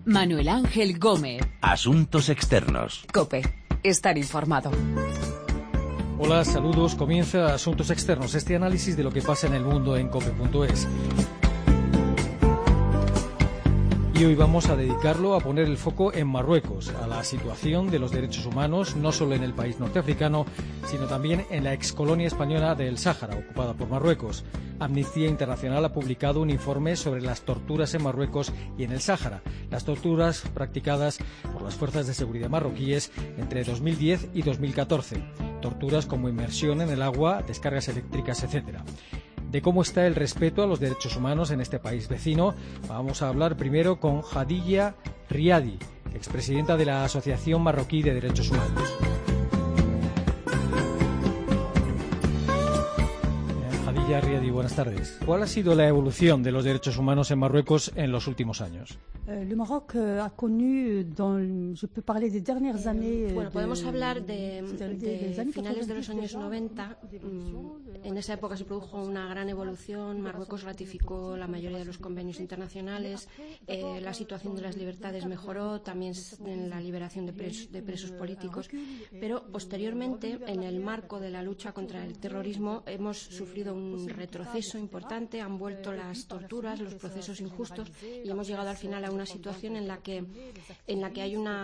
Manuel Ángel Gómez. Asuntos externos. COPE. Estar informado. Hola, saludos. Comienza Asuntos Externos, este análisis de lo que pasa en el mundo en COPE.es. Y hoy vamos a dedicarlo a poner el foco en Marruecos, a la situación de los derechos humanos, no solo en el país norteafricano, sino también en la excolonia española del Sáhara, ocupada por Marruecos. Amnistía Internacional ha publicado un informe sobre las torturas en Marruecos y en el Sáhara, las torturas practicadas por las fuerzas de seguridad marroquíes entre 2010 y 2014, torturas como inmersión en el agua, descargas eléctricas, etcétera. De cómo está el respeto a los derechos humanos en este país vecino, vamos a hablar primero con Khadija Riadi, expresidenta de la Asociación Marroquí de Derechos Humanos. Khadija Riadi, buenas tardes. ¿Cuál ha sido la evolución de los derechos humanos en Marruecos en los últimos años? Le Maroc ha connu, je peux parler des dernières années. Bueno, podemos hablar de finales de los años 90. En esa época se produjo una gran evolución. Marruecos ratificó la mayoría de los convenios internacionales. La situación de las libertades mejoró, también en la liberación de presos políticos. Pero posteriormente, en el marco de la lucha contra el terrorismo, hemos sufrido un retroceso importante. Han vuelto las torturas, los procesos injustos y hemos llegado al final a una situación en la que hay en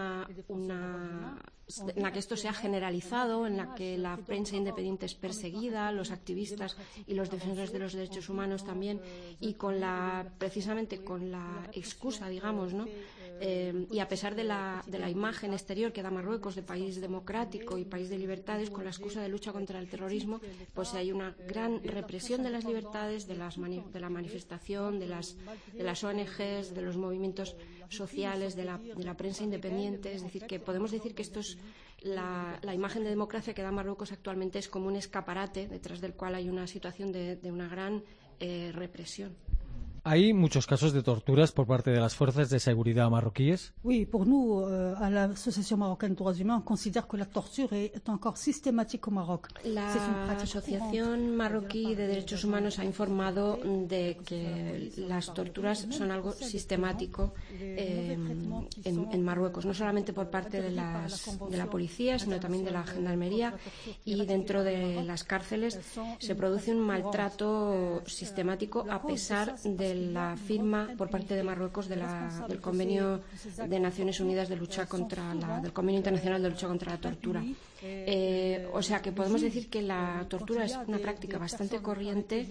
la que esto se ha generalizado, en la que la prensa independiente es perseguida, los activistas y los defensores de los derechos humanos también, y precisamente con la excusa, digamos, ¿no? Y a pesar de la imagen exterior que da Marruecos de país democrático y país de libertades, con la excusa de lucha contra el terrorismo, pues hay una gran represión de las libertades, de la manifestación, de las ONGs, de los movimientos sociales, de la prensa independiente. Es decir, que podemos decir que esto es la imagen de democracia que da Marruecos actualmente, es como un escaparate detrás del cual hay una situación de una gran represión. ¿Hay muchos casos de torturas por parte de las fuerzas de seguridad marroquíes? Oui, pour nous, à l'Association marocaine de droits humains, on considère que la torture est encore systématique au Maroc. La Asociación Marroquí de Derechos Humanos ha informado de que las torturas son algo sistemático en Marruecos, no solamente por parte de la policía, sino también de la gendarmería, y dentro de las cárceles se produce un maltrato sistemático a pesar de la firma por parte de Marruecos del Convenio de Naciones Unidas del Convenio Internacional de Lucha contra la Tortura. O sea que podemos decir que la tortura es una práctica bastante corriente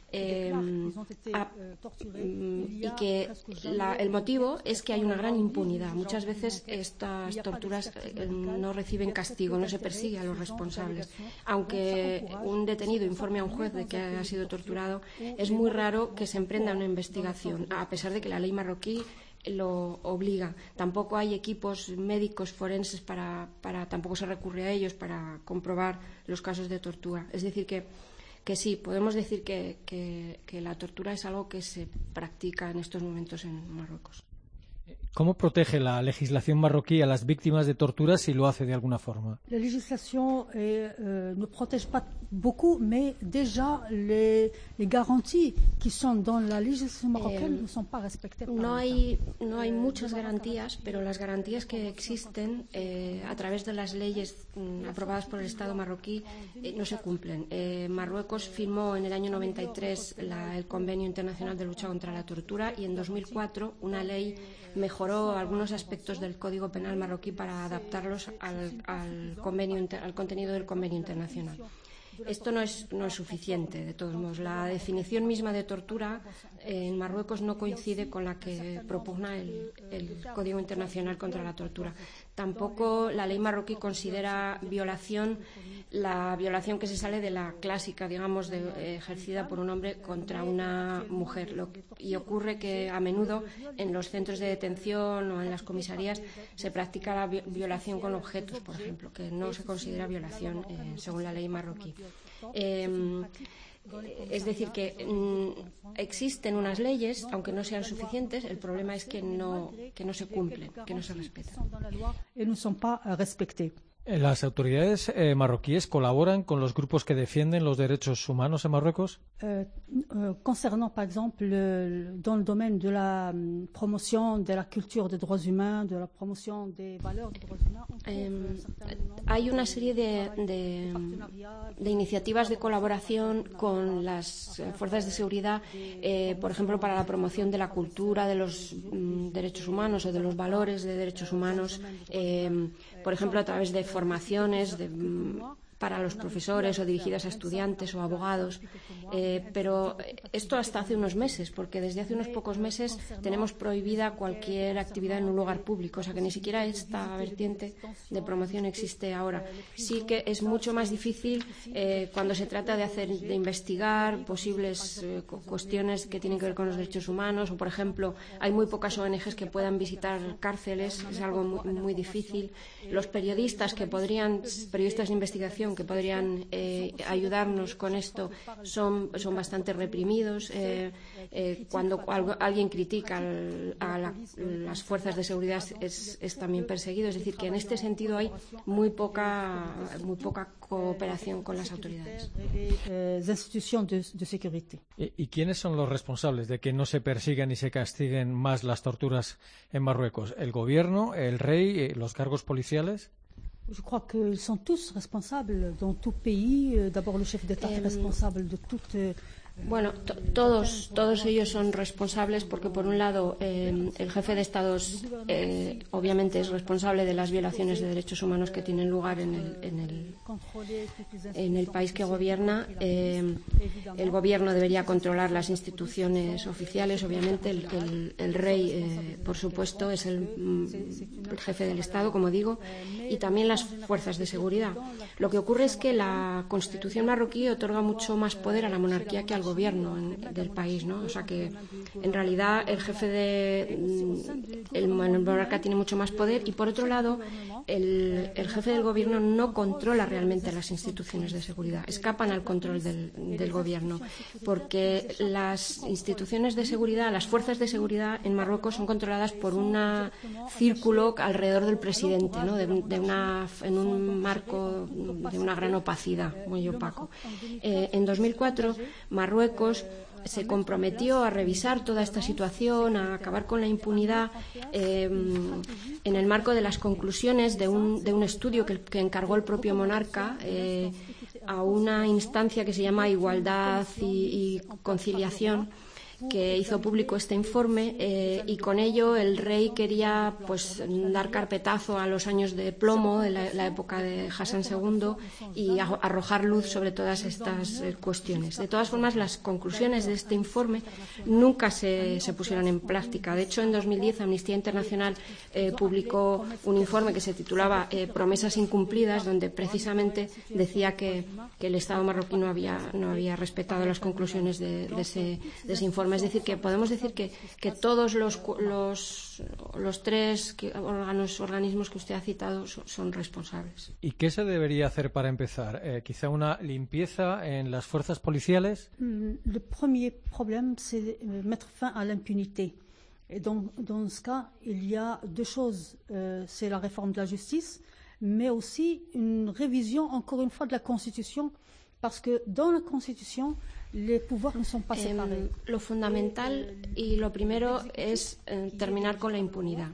y que el motivo es que hay una gran impunidad. Muchas veces estas torturas no reciben castigo, no se persigue a los responsables. Aunque un detenido informe a un juez de que ha sido torturado, es muy raro que se emprenda una investigación, a pesar de que la ley marroquí lo obliga. Tampoco hay equipos médicos forenses tampoco se recurre a ellos para comprobar los casos de tortura. Es decir, que sí, podemos decir que la tortura es algo que se practica en estos momentos en Marruecos. ¿Cómo protege la legislación marroquí a las víctimas de tortura si lo hace de alguna forma? La legislación ne protège pas beaucoup, mais déjà les garanties qui sont dans la législation marocaine ne sont pas respectées. No hay muchas garantías, pero las garantías que existen a través de las leyes aprobadas por el Estado marroquí no se cumplen. Marruecos firmó en el año 93 el Convenio Internacional de Lucha contra la Tortura, y en 2004 una ley mejoró algunos aspectos del Código Penal marroquí para adaptarlos al contenido del Convenio Internacional. Esto no es suficiente, de todos modos. La definición misma de tortura en Marruecos no coincide con la que propugna el Código Internacional contra la Tortura. Tampoco la ley marroquí considera violación la violación que se sale de la clásica, digamos, ejercida por un hombre contra una mujer. Y ocurre que a menudo en los centros de detención o en las comisarías se practica la violación con objetos, por ejemplo, que no se considera violación según la ley marroquí. Es decir, que existen unas leyes, aunque no sean suficientes, el problema es que no se cumplen, que no se respetan. ¿Las autoridades marroquíes colaboran con los grupos que defienden los derechos humanos en Marruecos? Concernant, par exemple, dans le domaine de la promotion de la culture des droits humains, de la promotion des valeurs des droits humains, hay una serie de iniciativas de colaboración con las fuerzas de seguridad, por ejemplo, para la promoción de la cultura de los derechos humanos o de los valores de derechos humanos, por ejemplo, a través de formaciones para los profesores o dirigidas a estudiantes o abogados, pero esto hasta hace unos meses, porque desde hace unos pocos meses tenemos prohibida cualquier actividad en un lugar público, o sea que ni siquiera esta vertiente de promoción existe ahora. Sí que es mucho más difícil cuando se trata de investigar posibles cuestiones que tienen que ver con los derechos humanos, o por ejemplo, hay muy pocas ONGs que puedan visitar cárceles, es algo muy difícil. Los periodistas de investigación que podrían ayudarnos con esto son bastante reprimidos. Cuando alguien critica a las fuerzas de seguridad es también perseguido. Es decir, que en este sentido hay muy poca cooperación con las autoridades. ¿Y quiénes son los responsables de que no se persigan y se castiguen más las torturas en Marruecos? ¿El gobierno, el rey, los cargos policiales? Je crois qu'ils sont tous responsables dans tout pays. D'abord, le chef d'État est responsable de toute. Bueno, todos ellos son responsables porque, por un lado, el jefe de Estado obviamente es responsable de las violaciones de derechos humanos que tienen lugar en el país que gobierna. El gobierno debería controlar las instituciones oficiales. Obviamente, el rey, por supuesto, es el jefe del Estado, como digo, y también las fuerzas de seguridad. Lo que ocurre es que la Constitución marroquí otorga mucho más poder a la monarquía que al gobierno del país, ¿no? O sea que en realidad el monarca tiene mucho más poder y por otro lado el jefe del gobierno no controla realmente las instituciones de seguridad, escapan al control del gobierno, porque las instituciones de seguridad, las fuerzas de seguridad en Marruecos son controladas por un círculo alrededor del presidente, ¿no? En un marco de una gran opacidad, muy opaco. En 2004 Marruecos se comprometió a revisar toda esta situación, a acabar con la impunidad en el marco de las conclusiones de un estudio que encargó el propio monarca a una instancia que se llama Igualdad y Conciliación, que hizo público este informe y con ello el rey quería pues dar carpetazo a los años de plomo de la época de Hassan II y arrojar luz sobre todas estas cuestiones. De todas formas, las conclusiones de este informe nunca se pusieron en práctica. De hecho, en 2010 Amnistía Internacional publicó un informe que se titulaba Promesas incumplidas, donde precisamente decía que el Estado marroquí no había respetado las conclusiones de ese informe. Es decir, que podemos decir que todos los tres organismos que usted ha citado son responsables. ¿Y qué se debería hacer para empezar? ¿Quizá una limpieza en las fuerzas policiales? Le premier problème, c'est mettre fin à l'impunité. Et donc, dans ce cas, il y a deux choses. C'est la réforme de la justice, mais aussi une révision, encore une fois, de la Constitution, parce que dans la Constitution, les pouvoirs ne sont pas séparés. Lo fundamental y lo primero es terminar con la impunidad.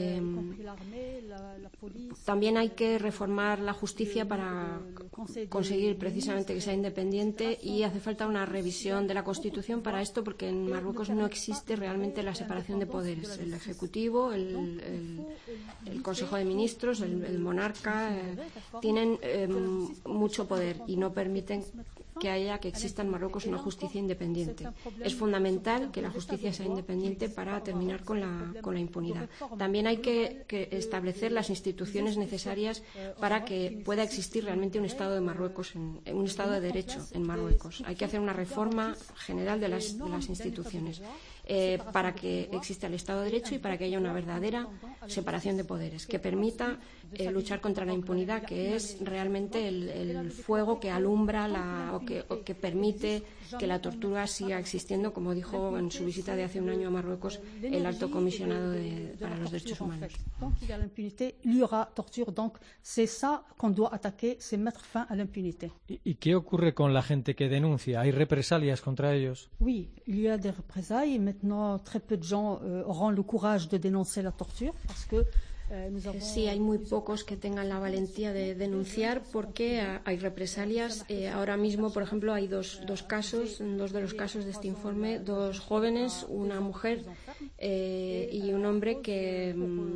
También hay que reformar la justicia para conseguir precisamente que sea independiente y hace falta una revisión de la Constitución para esto, porque en Marruecos no existe realmente la separación de poderes. El Ejecutivo, el Consejo de Ministros, el monarca tienen mucho poder y no permiten que exista en Marruecos una justicia independiente. Es fundamental que la justicia sea independiente para terminar con la impunidad. También hay que establecer las instituciones necesarias para que pueda existir realmente un Estado de Marruecos, un Estado de Derecho en Marruecos. Hay que hacer una reforma general de las instituciones para que exista el Estado de Derecho y para que haya una verdadera separación de poderes que permita luchar contra la impunidad, que es realmente el fuego que alumbra o que permite que la tortura siga existiendo, como dijo en su visita de hace un año a Marruecos el alto comisionado para los derechos humanos. Tant qu'il y a l'impunité, il y aura torture. Donc c'est ça qu'on doit attaquer, c'est mettre fin à l'impunité. ¿Y qué ocurre con la gente que denuncia? ¿Hay represalias contra ellos? Oui, il y a des représailles. Maintenant, très peu de gens auront le courage de dénoncer la torture parce que sí, hay muy pocos que tengan la valentía de denunciar porque hay represalias. Ahora mismo, por ejemplo, hay dos casos, en dos de los casos de este informe, dos jóvenes, una mujer y un hombre que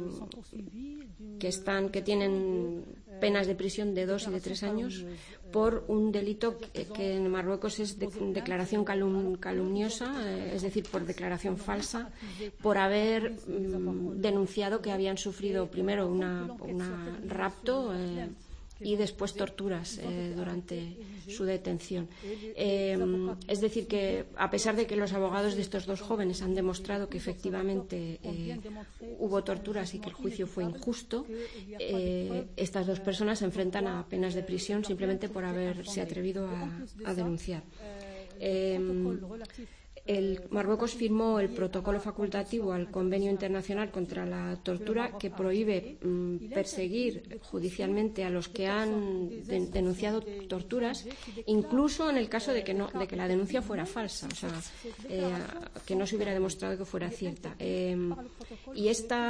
tienen penas de prisión de 2 y de 3 años por un delito que en Marruecos es declaración calumniosa, es decir, por declaración falsa, por haber denunciado que habían sufrido primero una rapto y después torturas durante su detención. Es decir, que a pesar de que los abogados de estos dos jóvenes han demostrado que efectivamente hubo torturas y que el juicio fue injusto, estas dos personas se enfrentan a penas de prisión simplemente por haberse atrevido a denunciar. Marruecos firmó el protocolo facultativo al Convenio Internacional contra la Tortura, que prohíbe perseguir judicialmente a los que han denunciado torturas, incluso en el caso de que la denuncia fuera falsa, o sea, que no se hubiera demostrado que fuera cierta. Y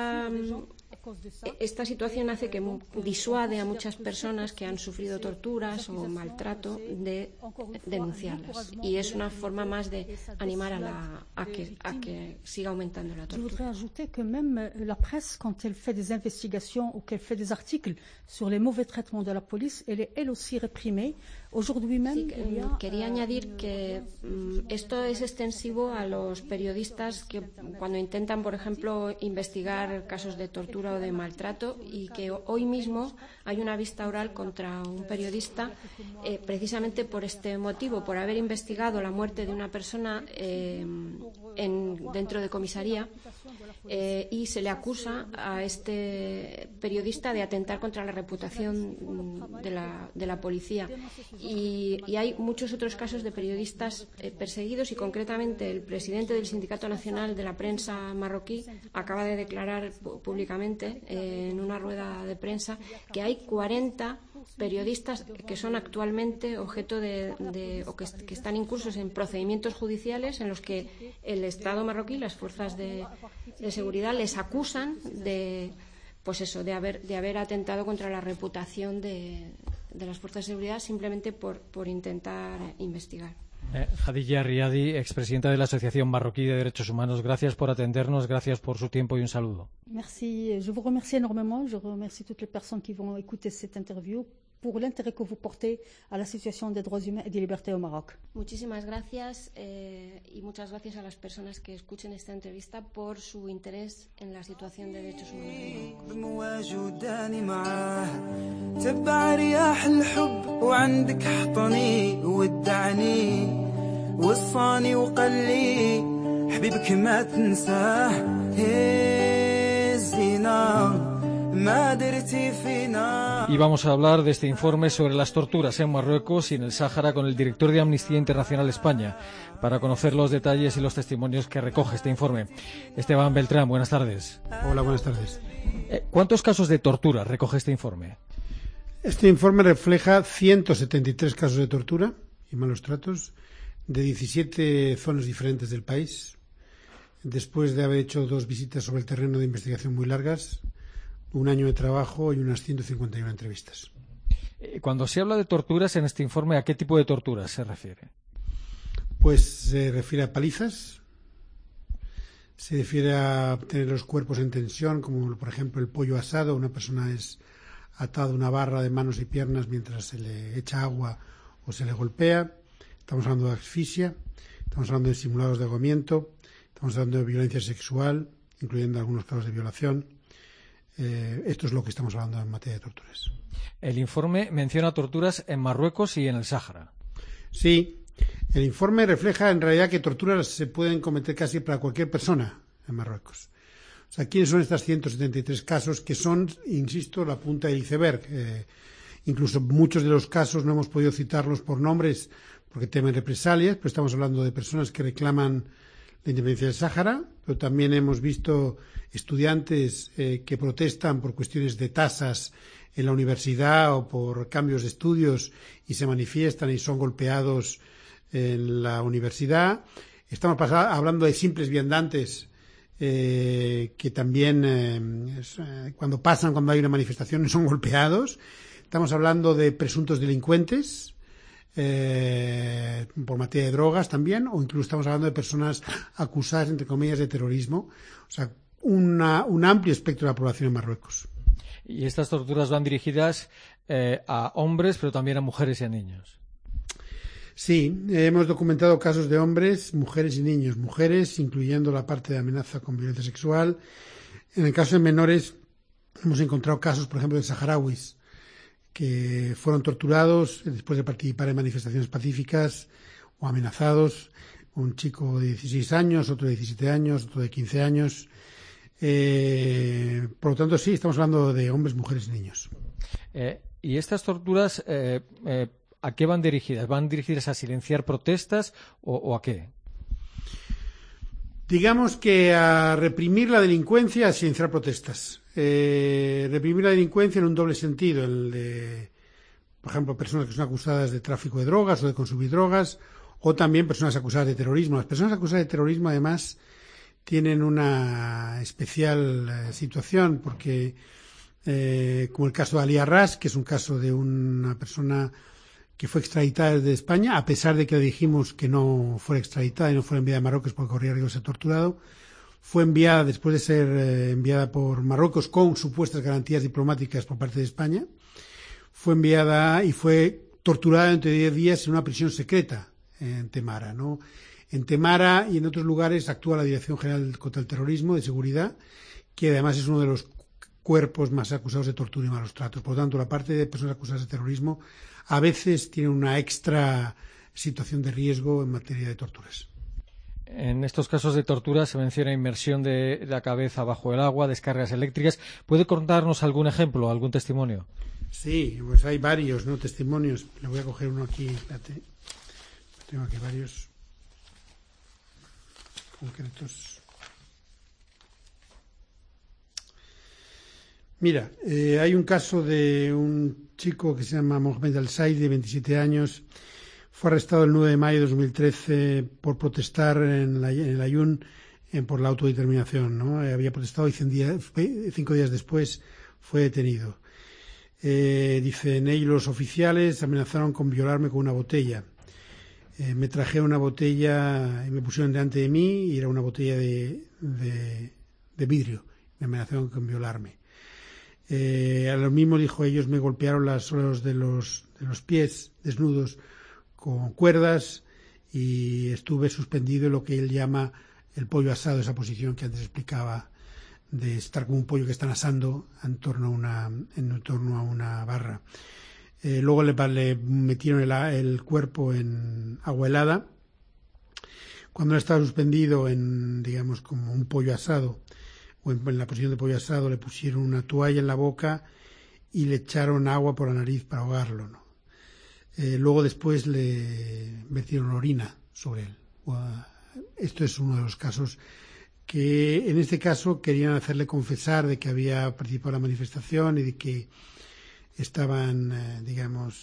esta situación hace que disuade a muchas personas que han sufrido torturas o maltrato de denunciarlas. Y es una forma más de animar a que siga aumentando la tortura. Je voudrais ajouter que même la presse, quand elle fait des investigations ou qu'elle fait des articles sur les mauvais traitements de la police, elle est elle aussi réprimée. Aujourd'hui même, quería añadir que esto es extensivo a los periodistas que cuando intentan, por ejemplo, investigar casos de tortura o de maltrato, y que hoy mismo hay una vista oral contra un periodista precisamente por este motivo, por haber investigado la muerte de una persona dentro de comisaría, y se le acusa a este periodista de atentar contra la reputación de la policía. Y hay muchos otros casos de periodistas perseguidos, y concretamente el presidente del Sindicato Nacional de la Prensa marroquí acaba de declarar públicamente en una rueda de prensa que hay 40 periodistas que son actualmente objeto o que están incursos en procedimientos judiciales en los que el Estado marroquí, las fuerzas de seguridad, les acusan de haber atentado contra la reputación de las fuerzas de seguridad simplemente por intentar investigar. Khadija Riadi, expresidenta de la Asociación Marroquí de Derechos Humanos, gracias por atendernos, gracias por su tiempo y un saludo. Merci, je vous remercie énormément, je remercie toutes les personnes qui vont écouter cette interview pour l'intérêt que vous portez à la situation des droits humains et des libertés au Maroc. Muchísimas gracias y muchas gracias a las personas que escuchen esta entrevista por su interés en la situación de derechos humanos. Y vamos a hablar de este informe sobre las torturas en Marruecos y en el Sáhara con el director de Amnistía Internacional España, para conocer los detalles y los testimonios que recoge este informe. Esteban Beltrán, buenas tardes. Hola, buenas tardes. ¿Cuántos casos de tortura recoge este informe? Este informe refleja 173 casos de tortura y malos tratos de 17 zonas diferentes del país, después de haber hecho 2 visitas sobre el terreno de investigación muy largas, un año de trabajo y unas 151 entrevistas. Cuando se habla de torturas en este informe, ¿a qué tipo de torturas se refiere? Pues se refiere a palizas, se refiere a tener los cuerpos en tensión, como por ejemplo el pollo asado. Una persona es atada a una barra de manos y piernas mientras se le echa agua o se le golpea. Estamos hablando de asfixia, estamos hablando de simulados de ahogamiento, estamos hablando de violencia sexual, incluyendo algunos casos de violación. Esto es lo que estamos hablando en materia de torturas. El informe menciona torturas en Marruecos y en el Sáhara. Sí, el informe refleja en realidad que torturas se pueden cometer casi para cualquier persona en Marruecos. O sea, ¿quiénes son estas 173 casos que son, insisto, la punta del iceberg? Incluso muchos de los casos no hemos podido citarlos por nombres porque temen represalias, pero estamos hablando de personas que reclaman la independencia del Sáhara, pero también hemos visto estudiantes que protestan por cuestiones de tasas en la universidad o por cambios de estudios y se manifiestan y son golpeados en la universidad. Estamos hablando de simples viandantes que también cuando hay una manifestación son golpeados. Estamos hablando de presuntos delincuentes por materia de drogas también, o incluso estamos hablando de personas acusadas, entre comillas, de terrorismo. O sea, un amplio espectro de la población en Marruecos. Y estas torturas van dirigidas a hombres, pero también a mujeres y a niños. Sí, hemos documentado casos de hombres, mujeres y niños. Mujeres, incluyendo la parte de amenaza con violencia sexual. En el caso de menores, hemos encontrado casos, por ejemplo, de saharauis que fueron torturados después de participar en manifestaciones pacíficas o amenazados. Un chico de 16 años, otro de 17 años, otro de 15 años. Por lo tanto, sí, estamos hablando de hombres, mujeres y niños. ¿Y estas torturas a qué van dirigidas? ¿Van dirigidas a silenciar protestas o a qué? Digamos que a reprimir la delincuencia, a silenciar protestas. Reprimir la delincuencia en un doble sentido, el de, por ejemplo, personas que son acusadas de tráfico de drogas o de consumir drogas, o también personas acusadas de terrorismo. Las personas acusadas de terrorismo, además, tienen una especial situación porque, como el caso de Ali Arras, que es un caso de una persona que fue extraditada desde España, a pesar de que le dijimos que no fuera extraditada y no fuera enviada a Marruecos porque corría riesgo de ser torturado, fue enviada después de ser enviada por Marruecos con supuestas garantías diplomáticas por parte de España, fue enviada y fue torturada durante 10 días en una prisión secreta en Temara, ¿no? En Temara y en otros lugares actúa la Dirección General contra el Terrorismo de Seguridad, que además es uno de los cuerpos más acusados de tortura y malos tratos. Por lo tanto, la parte de personas acusadas de terrorismo a veces tiene una extra situación de riesgo en materia de torturas. En estos casos de tortura se menciona inmersión de la cabeza bajo el agua, descargas eléctricas. ¿Puede contarnos algún ejemplo, algún testimonio? Sí, pues hay varios, ¿no?, testimonios. Le voy a coger uno aquí. Espérate. Tengo aquí varios concretos. Mira, hay un caso de un chico que se llama Mohamed Al-Said, de 27 años. Fue arrestado el 9 de mayo de 2013 por protestar en el Ayun por la autodeterminación, ¿no? Había protestado y 5 días después fue detenido. Dicen ellos, los oficiales amenazaron con violarme con una botella. Me trajeron una botella y me pusieron delante de mí y era una botella de vidrio. Me amenazaron con violarme. A lo mismo, dijo ellos, me golpearon las suelos de los pies desnudos con cuerdas y estuve suspendido en lo que él llama el pollo asado, esa posición que antes explicaba de estar como un pollo que están asando en torno a una barra. Luego le metieron el cuerpo en agua helada. Cuando él estaba suspendido digamos, como un pollo asado, o en la posición de pollo asado, le pusieron una toalla en la boca y le echaron agua por la nariz para ahogarlo, ¿no? Luego después le vertieron orina sobre él. Esto es uno de los casos que, en este caso, querían hacerle confesar de que había participado en la manifestación y de que estaban, de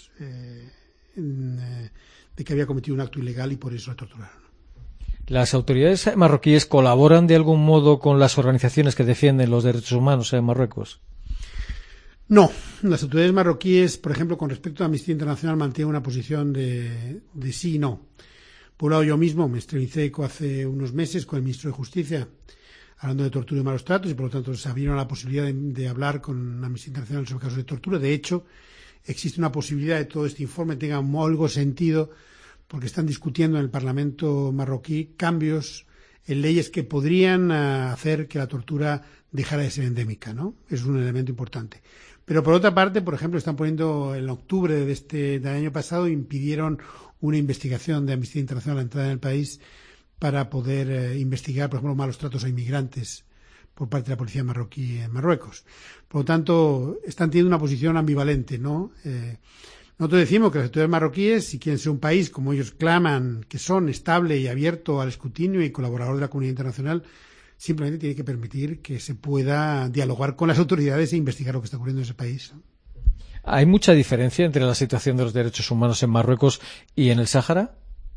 que había cometido un acto ilegal y por eso la torturaron. ¿Las autoridades marroquíes colaboran de algún modo con las organizaciones que defienden los derechos humanos en Marruecos? No, las autoridades marroquíes, por ejemplo, con respecto a Amnistía Internacional, mantienen una posición de sí y no. Por un lado, yo mismo me estrelicé hace unos meses con el ministro de Justicia hablando de tortura y malos tratos y, por lo tanto, se abrieron la posibilidad de hablar con Amnistía Internacional sobre casos de tortura. De hecho, existe una posibilidad de que todo este informe tenga algo sentido porque están discutiendo en el Parlamento marroquí cambios en leyes que podrían hacer que la tortura dejara de ser endémica, ¿no? Es un elemento importante. Pero por otra parte, por ejemplo, están poniendo en octubre del año pasado, impidieron una investigación de Amnistía Internacional a la entrada en el país para poder investigar, por ejemplo, malos tratos a inmigrantes por parte de la policía marroquí en Marruecos. Por lo tanto, están teniendo una posición ambivalente, ¿no? Nosotros decimos que las autoridades marroquíes, si quieren ser un país, como ellos claman, que son estable y abierto al escrutinio y colaborador de la comunidad internacional, simplemente tiene que permitir que se pueda dialogar con las autoridades e investigar lo que está ocurriendo en ese país. ¿Hay mucha diferencia entre la situación de los derechos humanos en Marruecos y en el Sáhara?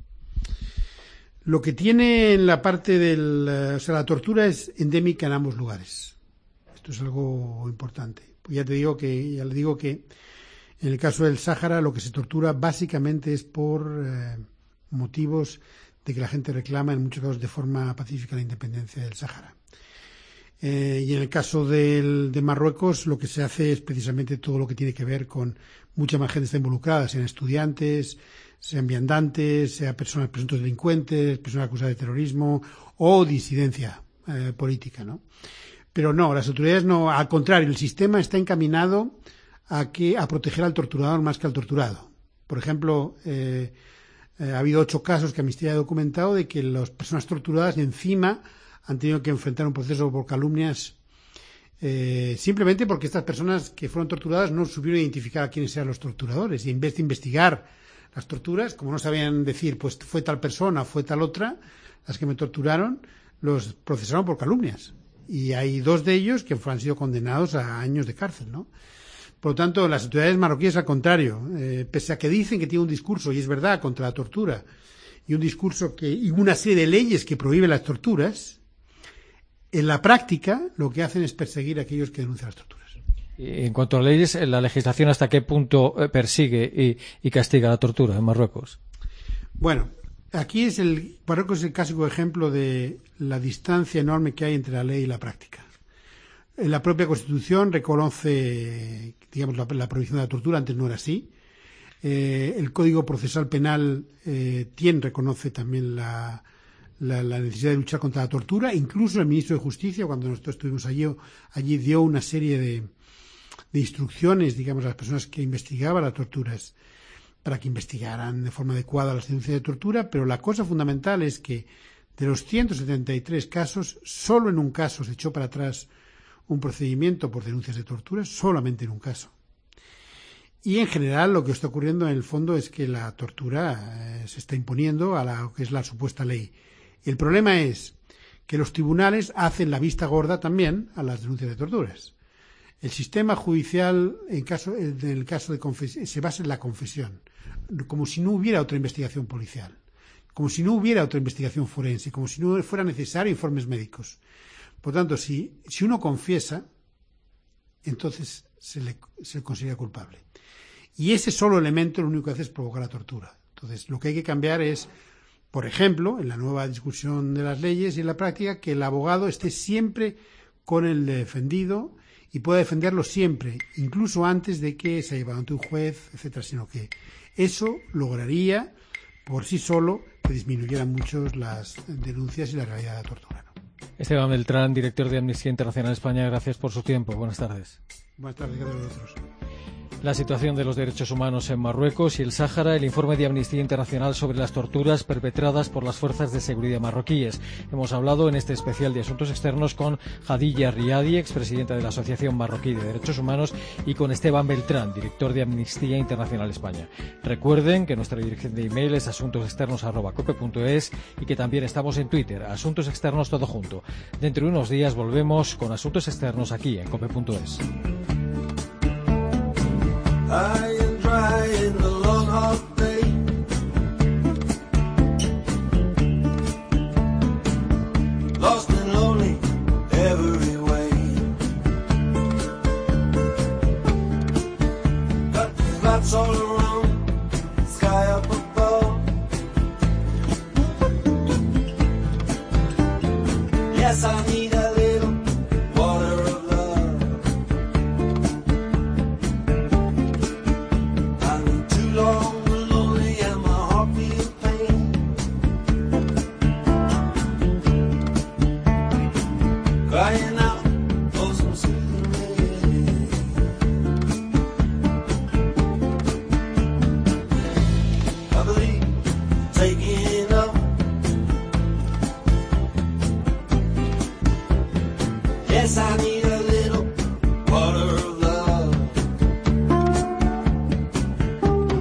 Lo que tiene en la parte la tortura es endémica en ambos lugares. Esto es algo importante. Pues ya le digo que en el caso del Sáhara lo que se tortura básicamente es por motivos de que la gente reclama en muchos casos de forma pacífica la independencia del Sáhara. Y en el caso de Marruecos lo que se hace es precisamente todo lo que tiene que ver con mucha más gente está involucrada, sean estudiantes, sean viandantes, sean personas presuntos delincuentes, personas acusadas de terrorismo o disidencia política, ¿no? Pero no, las autoridades no, al contrario, el sistema está encaminado a proteger al torturador más que al torturado. Por ejemplo, ha habido 8 casos que Amnistía ha documentado de que las personas torturadas encima han tenido que enfrentar un proceso por calumnias simplemente porque estas personas que fueron torturadas no supieron identificar a quiénes eran los torturadores y en vez de investigar las torturas, como no sabían decir pues fue tal persona, fue tal otra las que me torturaron, los procesaron por calumnias y hay 2 de ellos que han sido condenados a años de cárcel, ¿no? Por lo tanto, las autoridades marroquíes, al contrario, pese a que dicen que tiene un discurso, y es verdad, contra la tortura, y un discurso y una serie de leyes que prohíben las torturas, en la práctica lo que hacen es perseguir a aquellos que denuncian las torturas. En cuanto a leyes, ¿la legislación hasta qué punto persigue y castiga la tortura en Marruecos? Bueno, Marruecos es el clásico ejemplo de la distancia enorme que hay entre la ley y la práctica. La propia Constitución reconoce, digamos, la prohibición de la tortura, antes no era así. El Código Procesal Penal reconoce también la necesidad de luchar contra la tortura. Incluso el ministro de Justicia, cuando nosotros estuvimos allí dio una serie de instrucciones, digamos, a las personas que investigaban las torturas para que investigaran de forma adecuada las denuncias de tortura, pero la cosa fundamental es que de los 173 casos, solo en un caso se echó para atrás un procedimiento por denuncias de tortura, solamente en un caso. Y en general lo que está ocurriendo en el fondo es que la tortura se está imponiendo a lo que es la supuesta ley. El problema es que los tribunales hacen la vista gorda también a las denuncias de torturas. El sistema judicial, en el caso de confesión, se basa en la confesión, como si no hubiera otra investigación policial, como si no hubiera otra investigación forense, como si no fuera necesario informes médicos. Por tanto, si uno confiesa, entonces se le considera culpable. Y ese solo elemento lo único que hace es provocar la tortura. Entonces, lo que hay que cambiar es, por ejemplo, en la nueva discusión de las leyes y en la práctica, que el abogado esté siempre con el defendido y pueda defenderlo siempre, incluso antes de que se haya llevado ante un juez, etcétera, sino que eso lograría por sí solo que disminuyeran mucho las denuncias y la realidad de la tortura, ¿no? Esteban Beltrán, director de Amnistía Internacional España, gracias por su tiempo. Buenas tardes. Buenas tardes a vosotros. La situación de los derechos humanos en Marruecos y el Sáhara, el informe de Amnistía Internacional sobre las torturas perpetradas por las fuerzas de seguridad marroquíes. Hemos hablado en este especial de Asuntos Externos con Hadija Riadi, expresidenta de la Asociación Marroquí de Derechos Humanos, y con Esteban Beltrán, director de Amnistía Internacional España. Recuerden que nuestra dirección de email es asuntosexternos@cope.es y que también estamos en Twitter, Asuntos Externos todo junto. Dentro de unos días volvemos con Asuntos Externos aquí en cope.es. High and dry in the long hot day, lost and lonely every way, got the flats all around, sky up above, yes I need a little water of love. Long, lonely, and my heart feels pain. Crying out for some soothing rain. I believe taking up. Yes, I need a little water of love.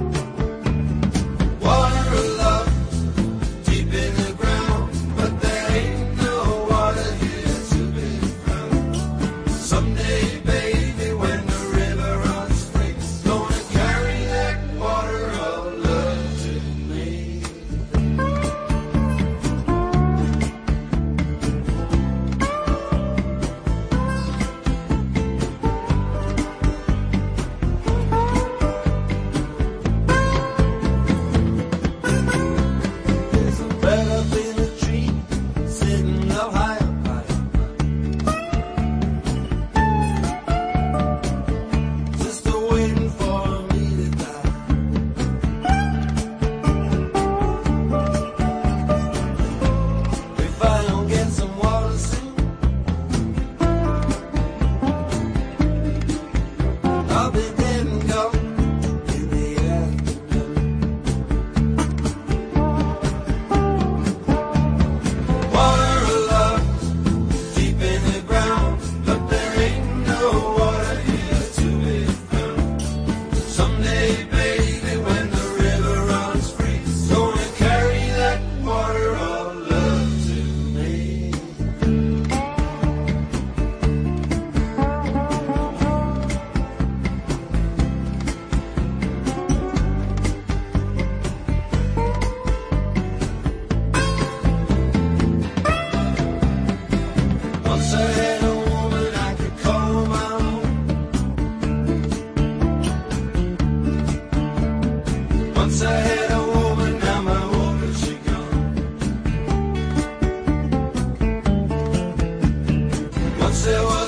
say what